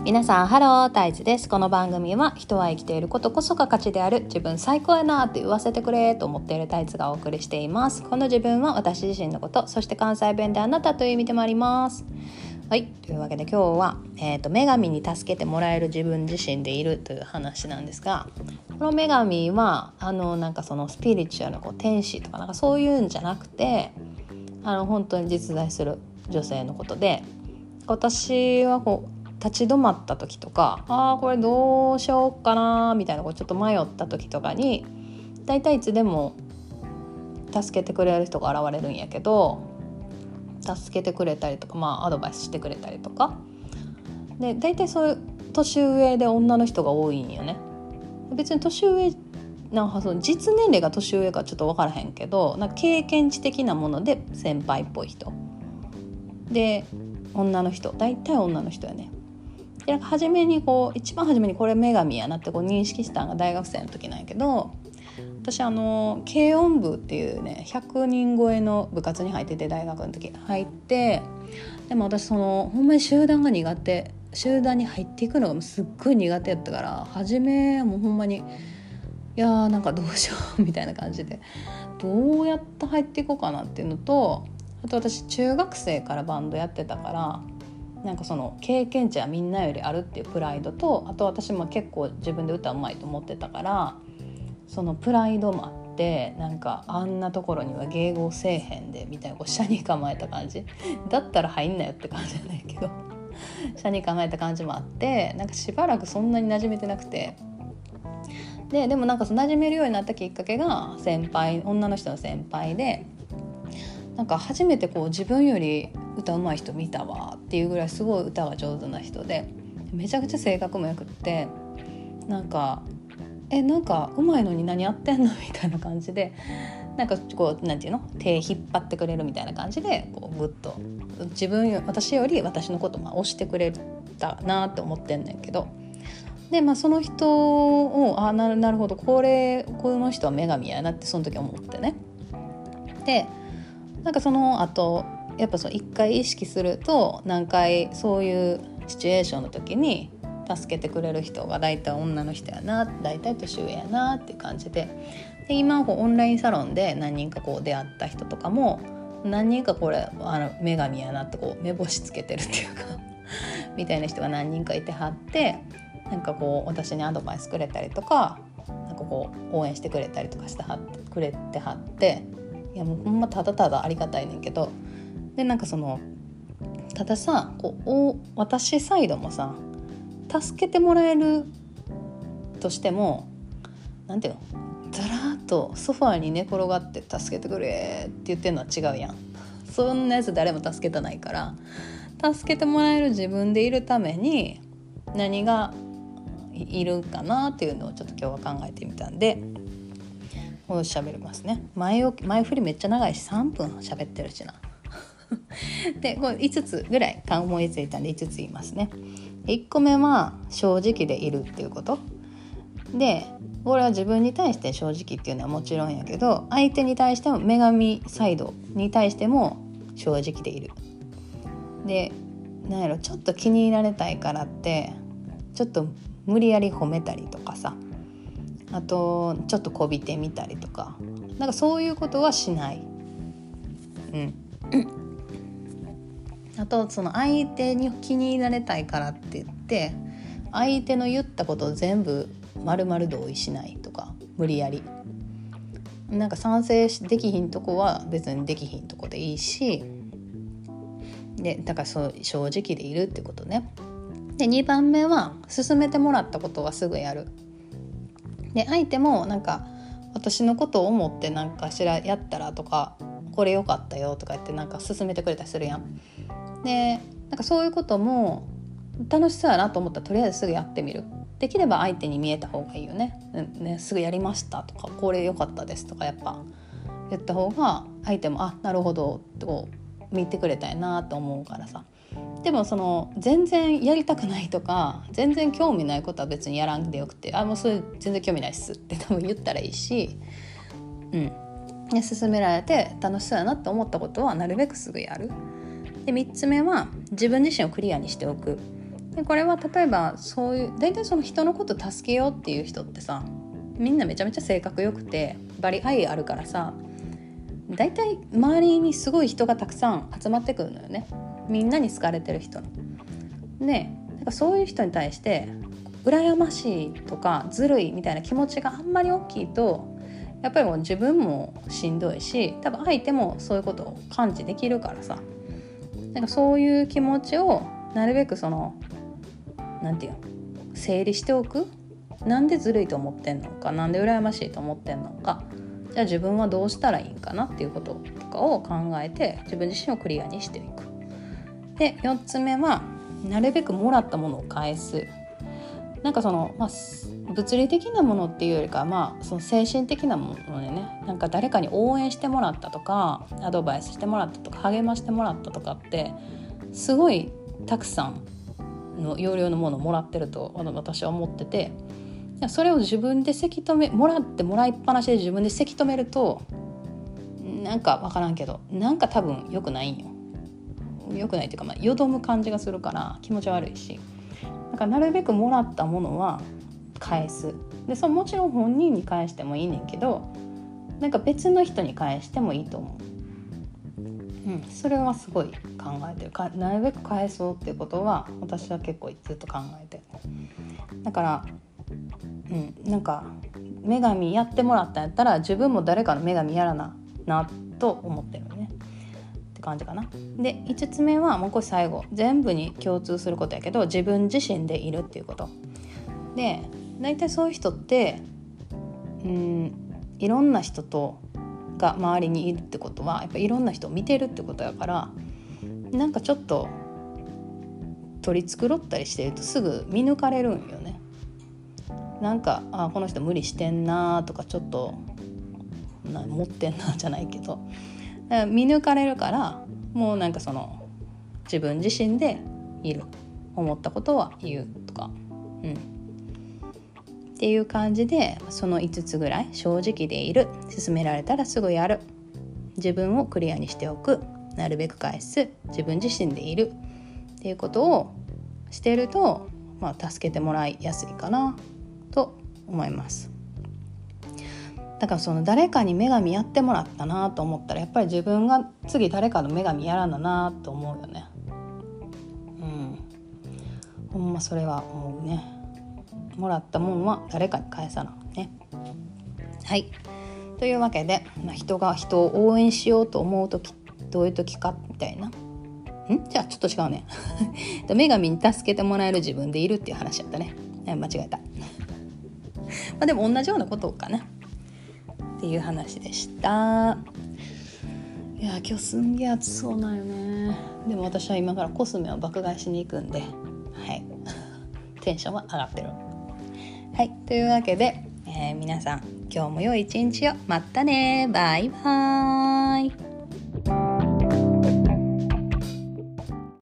皆さんハロー、タイズです。この番組は人は生きていることこそが価値である、自分最高やなって言わせてくれと思っているタイズがお送りしています。この自分は私自身のこと、そして関西弁であなたという意味でもあります。はい、というわけで今日は、女神に助けてもらえる自分自身でいるという話なんですが、この女神はなんかそのスピリチュアルな天使とかなんかそういうんじゃなくて、本当に実在する女性のことで、私は立ち止まった時とか、これどうしようかなみたいなちょっと迷った時とかに、だいたいいつでも助けてくれる人が現れるんやけど、助けてくれたりとか、アドバイスしてくれたりとかで、だいたいそういう年上で女の人が多いんよね。別に年上なんかその実年齢が年上かちょっと分からへんけど、なんか経験値的なもので先輩っぽい人で、女の人、だいたい女の人やね。でなんか一番初めにこれ女神やなって認識したのが大学生の時なんやけど、私軽音部っていうね100人超えの部活に入ってて、大学の時入って、でも私ほんまに集団が苦手、集団に入っていくのがすっごい苦手やったから、初めもうほんまになんかどうしようみたいな感じで、どうやって入っていこうかなっていうのと、あと私中学生からバンドやってたから、なんかその経験値はみんなよりあるっていうプライドと、あと私も結構自分で歌うまいと思ってたから、そのプライドもあって、なんかあんなところには迎合せえへんでみたいな、斜に構えた感じだったら入んなよって感じじゃないけど斜に構えた感じもあって、なんかしばらくそんなに馴染めてなくて、でもなんか馴染めるようになったきっかけが女の人の先輩で、なんか初めて自分より歌うまい人見たわっていうぐらいすごい歌が上手な人で、めちゃくちゃ性格もよくって、なんかうまいのに何やってんのみたいな感じで、なんかなんていうの、手引っ張ってくれるみたいな感じでグッと私より私のことを推してくれたなって思ってんねんけど、でその人をなるほど、この人は女神やなってその時思ってね。でなんかその後やっぱ一回意識すると、何回そういうシチュエーションの時に助けてくれる人が大体女の人やな、大体年上やなっていう感じで、今オンラインサロンで何人か出会った人とかも、何人かこれ女神やなって目星つけてるっていうかみたいな人が何人かいてはって、なんか私にアドバイスくれたりとか、なんか応援してくれたりとかしてくれてはって、いやもうほんまただただありがたいねんけど、でなんかたださ、私サイドもさ、助けてもらえるとしても、なんていうの、だらーっとソファーに寝転がって助けてくれって言ってるのは違うやん。そんなやつ誰も助けたないから、助けてもらえる自分でいるために何がいるかなっていうのをちょっと今日は考えてみたんで、喋りますね。前振りめっちゃ長いし3分喋ってるしなでこれ5つぐらい思いついたんで5つ言いますね。1個目は正直でいるっていうことで、これは自分に対して正直っていうのはもちろんやけど、相手に対しても、女神サイドに対しても正直でいる。でなんやろ、ちょっと気に入られたいからってちょっと無理やり褒めたりとかさ、あとちょっとこびてみたりとか、なんかそういうことはしない。あと相手に気に入られたいからって言って相手の言ったことを全部丸々同意しないとか、無理やりなんか賛成できひんとこは別にできひんとこでいいし、でだから正直でいるってことね。で2番目は勧めてもらったことはすぐやる。で相手もなんか私のことを思ってなんかしらやったらとか、これ良かったよとか言ってなんか勧めてくれたりするやん。でなんかそういうことも楽しそうやなと思ったらとりあえずすぐやってみる。できれば相手に見えた方がいいよね。すぐやりましたとか、これ良かったですとかやっぱ言った方が相手もなるほどと見てくれたいなと思うからさ。でも全然やりたくないとか全然興味ないことは別にやらんでよくて、もうそれ全然興味ないっすって多分言ったらいいし、で勧められて楽しそうやなって思ったことはなるべくすぐやる。で3つ目は自分自身をクリアにしておく。 でこれは例えば大体その人のこと助けようっていう人ってさ、みんなめちゃめちゃ性格良くてバリ愛あるからさ、大体周りにすごい人がたくさん集まってくるのよね。みんなに好かれてる人で、なんかそういう人に対して羨ましいとかずるいみたいな気持ちがあんまり大きいと、やっぱりもう自分もしんどいし、多分相手もそういうことを感知できるからさ、なんかそういう気持ちをなるべくなんていうの、整理しておく。なんでずるいと思ってんのか、なんで羨ましいと思ってんのか、じゃあ自分はどうしたらいいんかなっていうこととかを考えて、自分自身をクリアにしていく。で4つ目はなるべくもらったものを返す。なんか物理的なものっていうよりかその精神的なものでね、なんか誰かに応援してもらったとかアドバイスしてもらったとか励ましてもらったとかってすごいたくさんの容量のものをもらってると私は思ってて、それを自分でもらってもらいっぱなしで自分でせき止めると、なんか分からんけどなんか多分良くないんよ。良くないっていうか、よどむ感じがするから気持ち悪いし、だからなるべくもらったものは返す。でもちろん本人に返してもいいねんけど、なんか別の人に返してもいいと思う。それはすごい考えてる。なるべく返そうっていうことは私は結構ずっと考えてる。だからなんか女神やってもらったんやったら自分も誰かの女神やらなと思ってるねって感じかな。で5つ目はもうこれ最後、全部に共通することやけど、自分自身でいるっていうことで、大体そういう人っていろんな人が周りにいるってことはやっぱいろんな人を見てるってことやから、なんかちょっと取り繕ったりしてるとすぐ見抜かれるんよね。なんかこの人無理してんなとか、ちょっと持ってんなじゃないけど、見抜かれるから、もうなんか自分自身でいる、思ったことは言うとか、っていう感じで、その5つぐらい正直でいる、勧められたらすぐやる、自分をクリアにしておく、なるべく返す、自分自身でいるっていうことをしてると、助けてもらいやすいかなと思います。だから誰かに女神やってもらったなと思ったら、やっぱり自分が次誰かの女神やらなと思うよね。ほんまそれは思うね。もらったもんは誰かに返さなね。はい、というわけで、人が人を応援しようと思うとき、どういうときかみたいな。じゃあちょっと違うね女神に助けてもらえる自分でいるっていう話だったね。間違えたでも同じようなことかなっていう話でした。いや今日すんげえ暑そうなんよね。でも私は今からコスメを爆買いしに行くんで、テンションは上がってる。というわけで、皆さん今日も良い一日を。またね、バイバーイ。